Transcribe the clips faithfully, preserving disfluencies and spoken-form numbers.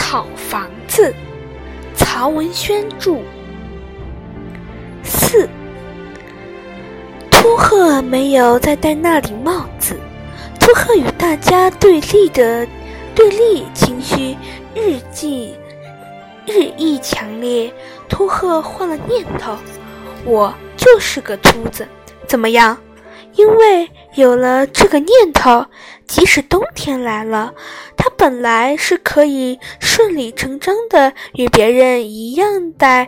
好房子，曹文轩著。四，秃鹤没有再戴那顶帽子，秃鹤与大家对立的对立情绪日记日益强烈。秃鹤换了念头，我就是个秃子，怎么样？因为有了这个念头，即使冬天来了，他本来是可以顺理成章的与别人一样戴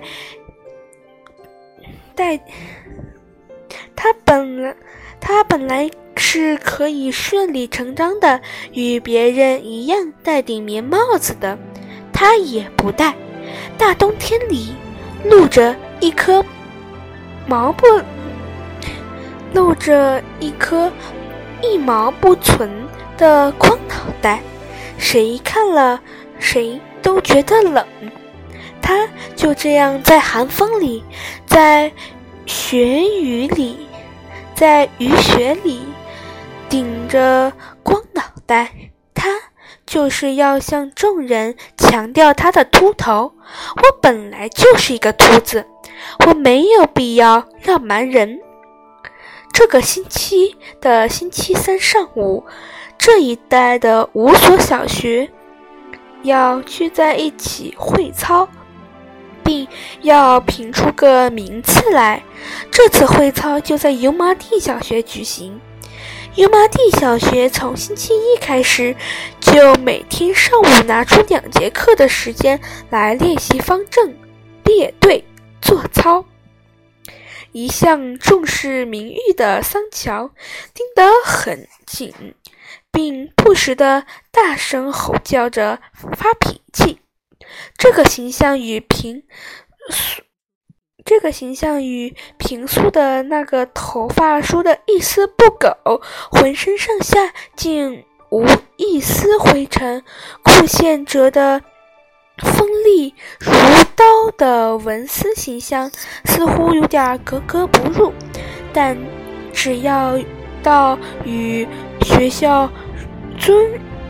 戴他本来他本来是可以顺理成章的与别人一样戴顶棉帽子的，他也不戴。大冬天里，露着一颗毛不露着一颗一毛不存的光脑袋，谁看了谁都觉得冷。他就这样在寒风里，在雪雨里，在雨雪里顶着光脑袋，他就是要向众人强调他的秃头。我本来就是一个秃子，我没有必要让蛮人。这个星期的星期三上午，这一带的五所小学要聚在一起会操，并要评出个名次来。这次会操就在油麻地小学举行。油麻地小学从星期一开始，就每天上午拿出两节课的时间来练习方阵、列队、做操。一向重视名誉的桑乔盯得很紧，并不时地大声吼叫着发脾气。这个形象与平这个形象与平素的那个头发梳得一丝不苟，浑身上下竟无一丝灰尘，裤线折得锋利如刀的文思形象似乎有点格格不入，但只要到与学校尊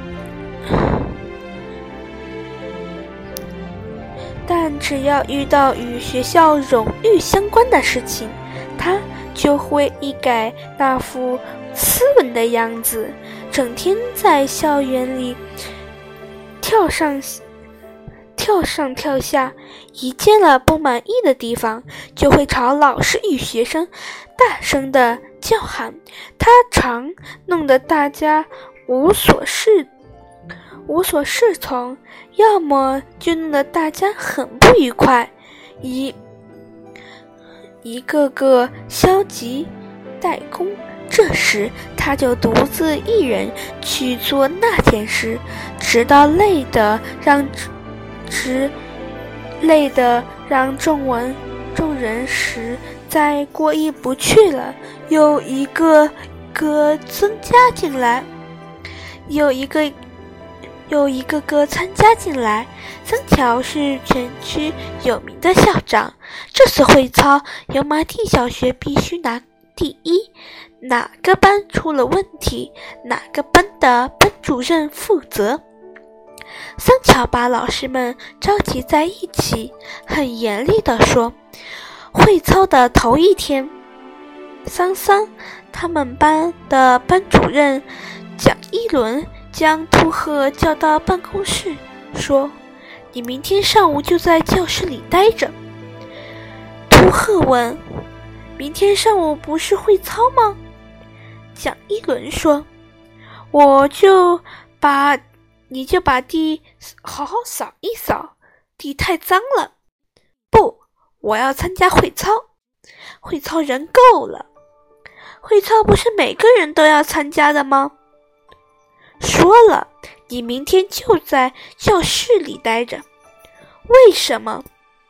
但只要遇到与学校荣誉相关的事情，他就会一改那副斯文的样子，整天在校园里跳上跳上跳下，一见了不满意的地方，就会朝老师与学生大声地叫喊。他常弄得大家无所适无所适从，要么就弄得大家很不愉快，一一个个消极怠工。这时他就独自一人去做那件事，直到累得让直累得让众文众人实在过意不去了，又一个个增加进来，有一个又一个个参加进来。桑乔是全区有名的校长，这次会操，油麻地小学必须拿第一。哪个班出了问题，哪个班的班主任负责。桑乔把老师们召集在一起，很严厉地说：会操的头一天，桑桑他们班的班主任蒋一伦将秃鹤叫到办公室，说：你明天上午就在教室里待着。秃鹤问：明天上午不是会操吗？蒋一伦说：我就把你就把地好好扫一扫，地太脏了。不，我要参加会操，会操人够了。会操不是每个人都要参加的吗？说了，你明天就在教室里待着。为什么？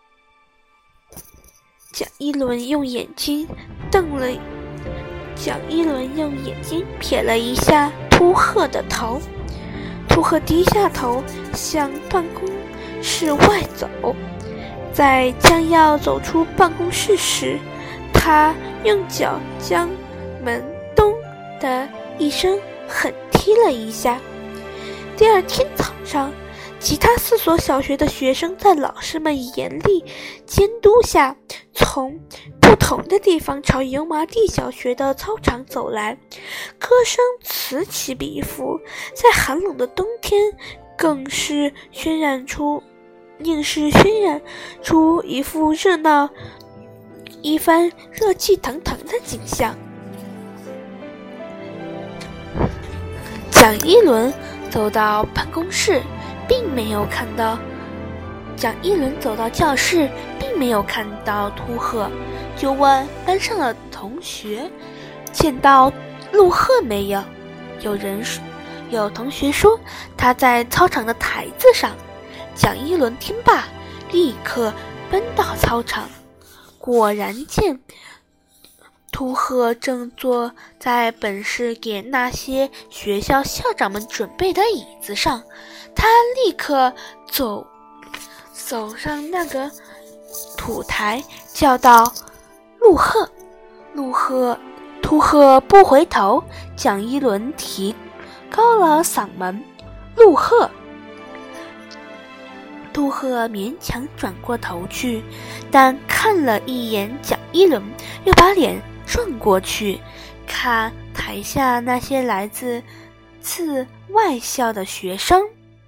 蒋一伦用眼睛瞪了蒋一伦用眼睛瞥了一下秃鹤的头，秃鹤低下头向办公室外走，在将要走出办公室时，他用脚将门咚的一声狠踢了一下。第二天早上， 其他四所小学的学生在老师们严厉监督下，从不同的地方朝油麻地小学的操场走来，歌声此起彼伏，在寒冷的冬天，更是渲染出，硬是渲染出一副热闹、一番热气腾腾的景象。蒋一伦走到办公室，并没有看到蒋一伦走到教室，并没有看到秃鹤，就问班上的同学见到陆鹤没有。有人说，有同学说他在操场的台子上。蒋一伦听罢，立刻奔到操场，果然见秃鹤正坐在本市给那些学校校长们准备的椅子上。他立刻走走上那个土台，叫道：“陆鹤！”陆鹤，秃鹤不回头。蒋一伦提高了嗓门：“陆鹤！”秃鹤勉强转过头去，但看了一眼蒋一伦，又把脸转过去，看台下那些来自自外校的学生。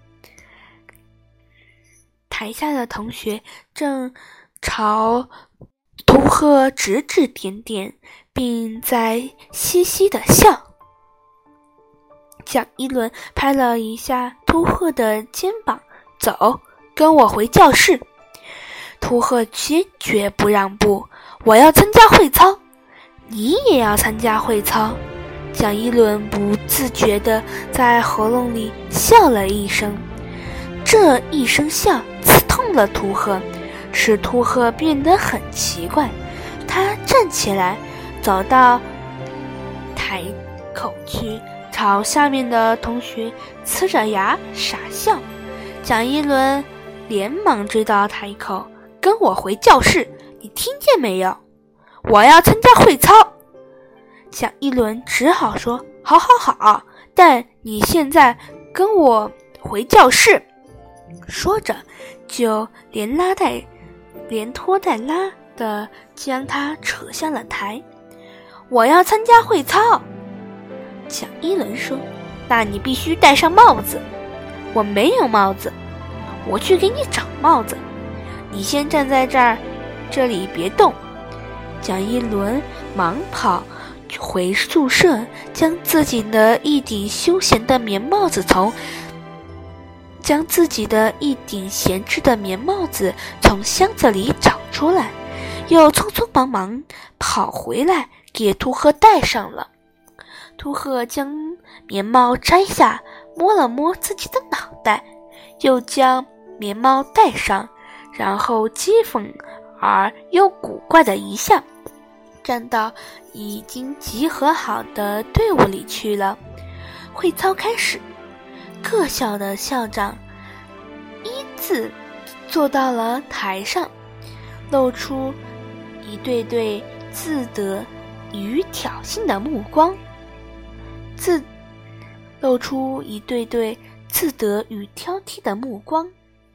台下的同学正朝秃鹤指指点点，并在嘻嘻地笑。蒋一伦拍了一下秃鹤的肩膀：“走，跟我回教室。”秃鹤坚决不让步：“我要参加会操。”“你也要参加会操？”蒋一伦不自觉地在喉咙里笑了一声，这一声笑刺痛了秃鹤，使秃鹤变得很奇怪。他站起来，走到台口去，朝下面的同学呲着牙傻笑。蒋一伦连忙追到台口：“跟我回教室，你听见没有？我要参加会操。”蒋一伦只好说：“好好好，但你现在跟我回教室。”说着，就连拉带连拖带拉的将他扯下了台。“我要参加会操。”蒋一伦说：“那你必须戴上帽子。”“我没有帽子。”“我去给你找帽子。”“你先站在这儿，这里别动。”蒋一伦忙跑回宿舍，将自己的一顶休闲的棉帽子从将自己的一顶闲置的棉帽子从箱子里找出来，又匆匆忙忙跑回来给秃鹤戴上了。秃鹤将棉帽摘下，摸了摸自己的脑袋，又将棉帽戴上，然后讥讽而又古怪的一笑，站到已经集合好的队伍里去了。会操开始，各校的校长依次坐到了台上，露出一对对自得与挑衅的目光，自露出一对对自得与挑剔的目光。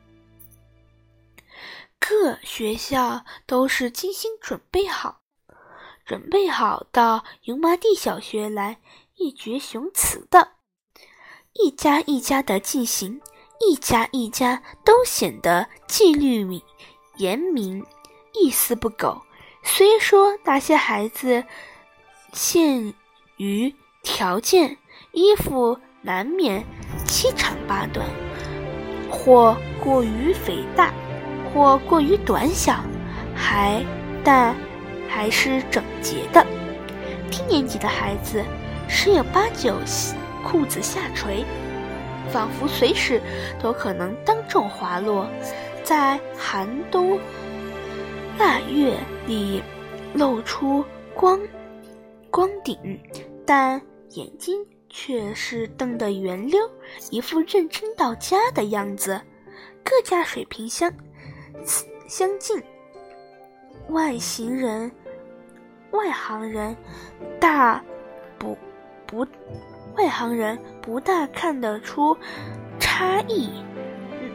各学校都是精心准备好，准备好到油麻地小学来一决雄雌的，一家一家的进行，一家一家都显得纪律严明，一丝不苟。虽说那些孩子限于条件，衣服难免七长八短，或过于肥大，或过于短小，还但还是整洁的。低年级的孩子十有八九裤子下垂，仿佛随时都可能当众滑落，在寒冬腊月里露出光光顶，但眼睛却是瞪得圆溜，一副认真到家的样子。各家水平相相近，外行人外行人大不不外行人不大看得出差异，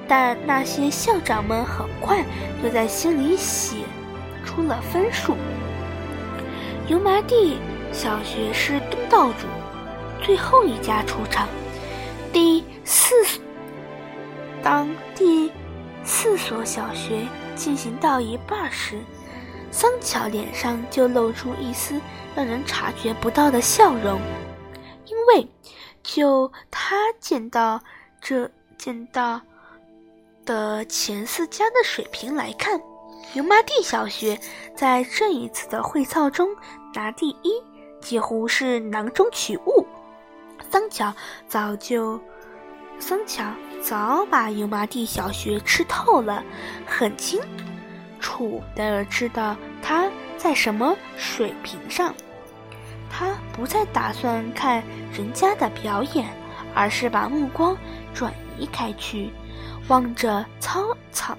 但那些校长们很快就在心里写出了分数。油麻地小学是东道主，最后一家出场。第四当第四所小学进行到一半时，桑乔脸上就露出一丝让人察觉不到的笑容，因为就他见到这见到的前四家的水平来看，油麻地小学在这一次的会操中拿第一几乎是囊中取物。桑乔早就桑乔早把油麻地小学吃透了，很清楚地知道他在什么水平上。他不再打算看人家的表演，而是把目光转移开去，望着操场，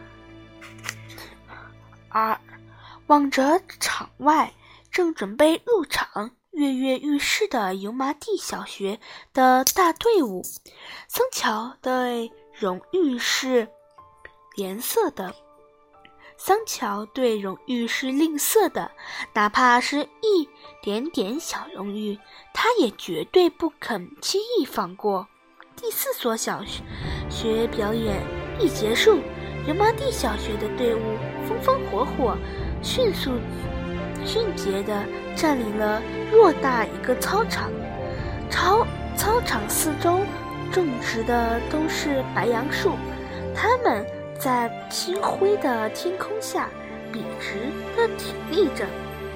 而望着场外正准备入场跃跃欲试的油麻地小学的大队伍。桑乔对荣誉是吝啬的，桑乔对荣誉是吝啬的，哪怕是一点点小荣誉，他也绝对不肯轻易放过。第四所小学表演一结束，油麻地小学的队伍风风火火、迅速迅捷地占领了偌大一个操场。操操场四周种植的都是白杨树，它们在青灰的天空下笔直地挺立着，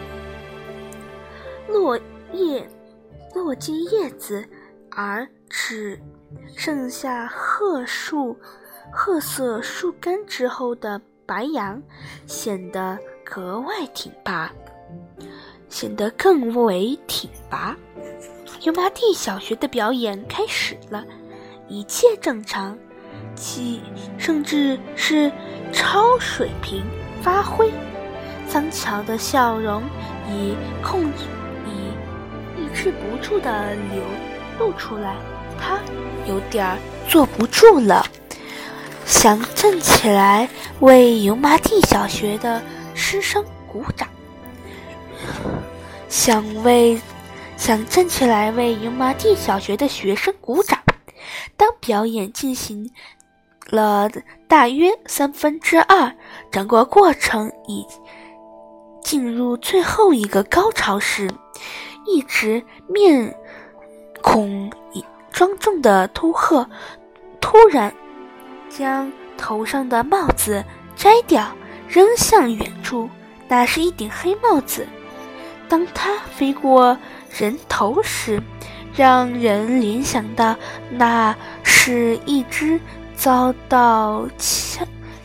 落叶落尽叶子，而只剩下褐树褐色树干之后的白杨显得格外挺拔，显得更为挺拔。油麻地小学的表演开始了，一切正常，其甚至是超水平发挥。桑乔的笑容已控制已抑制不住地流露出来，他有点坐不住了，想站起来为油麻地小学的师生鼓掌，想为想站起来为油麻地小学的学生鼓掌。当表演进行了大约三分之二，整个过程已进入最后一个高潮时，一直面孔庄重的秃鹤突然将头上的帽子摘掉，扔向远处。那是一顶黑帽子，当它飞过人头时，让人联想到那是一只遭到枪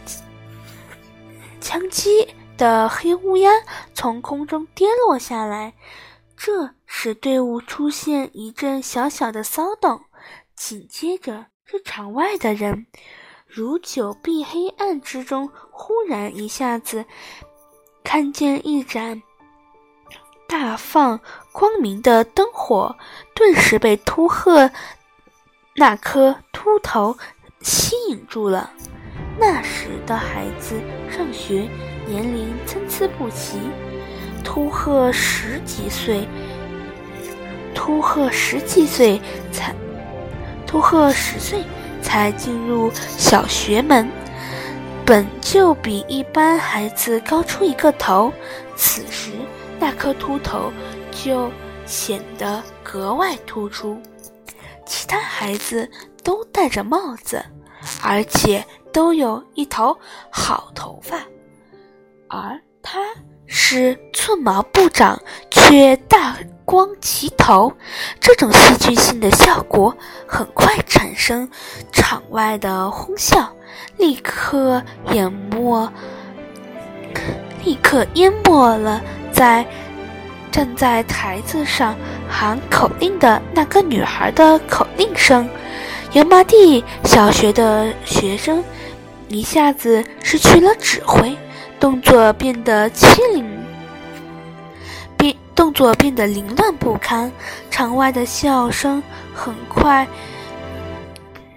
枪击的黑乌鸦从空中跌落下来。这使队伍出现一阵小小的骚动，紧接着这场外的人如久闭黑暗之中，忽然一下子看见一盏大放光明的灯火，顿时被秃鹤那颗秃头吸引住了。那时的孩子上学年龄参差不齐，秃鹤十几岁，秃鹤十几岁才，秃鹤十岁才进入小学门，本就比一般孩子高出一个头，此时那颗秃头就显得格外突出。其他孩子都戴着帽子，而且都有一头好头发，而他是寸毛不长，却大光齐头。这种戏剧性的效果很快产生场外的哄笑，立刻淹没立刻淹没了在站在台子上喊口令的那个女孩的口令声。油麻地小学的学生一下子失去了指挥，动作变得七零变动作变得凌乱不堪，场外的笑声很快超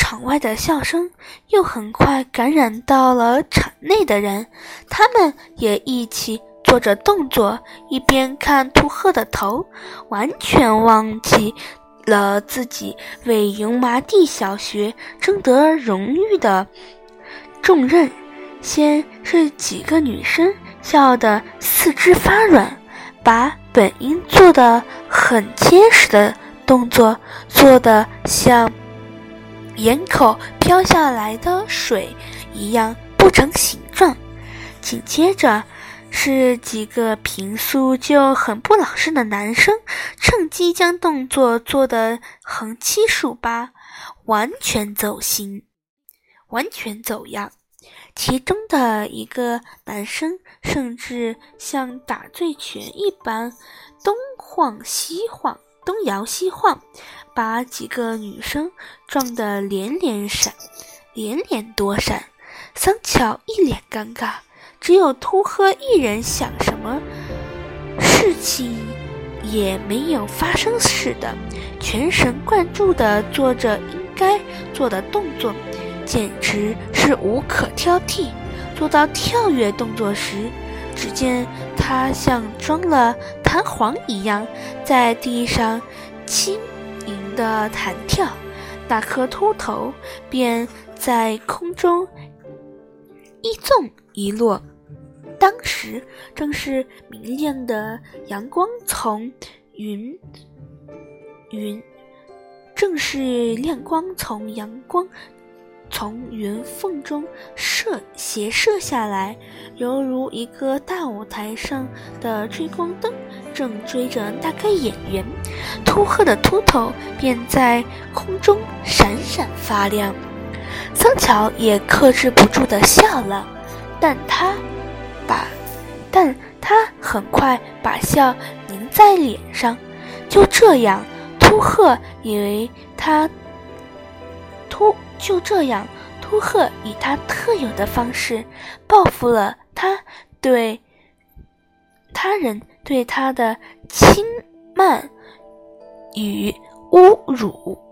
场外的笑声又很快感染到了场内的人，他们也一起做着动作，一边看秃鹤的头，完全忘记了自己为油麻地小学争得荣誉的重任。先是几个女生笑得四肢发软，把本应做得很结实的动作做得像眼口飘下来的水一样不成形状。紧接着是几个平素就很不老实的男生，趁机将动作做得横七竖八，完全走形，完全走样。其中的一个男生甚至像打醉拳一般东晃西晃，东摇西晃，把几个女生撞得连连闪，连连躲闪。桑乔一脸尴尬，只有秃鹤一人想什么事情也没有发生似的，全神贯注地做着应该做的动作，简直是无可挑剔。做到跳跃动作时，只见他像装了弹簧一样在地上轻盈地弹跳，那颗秃头便在空中一纵一落。当时正是明亮的阳光从云云正是亮光从阳光从云缝中射斜射下来，犹如一个大舞台上的追光灯正追着那个演员，秃鹤的秃头便在空中闪闪发亮。桑乔也克制不住地笑了，但他把但他很快把笑凝在脸上。就这样，秃鹤以为他秃就这样，秃鹤以他特有的方式报复了他对他人对他的轻慢与侮辱。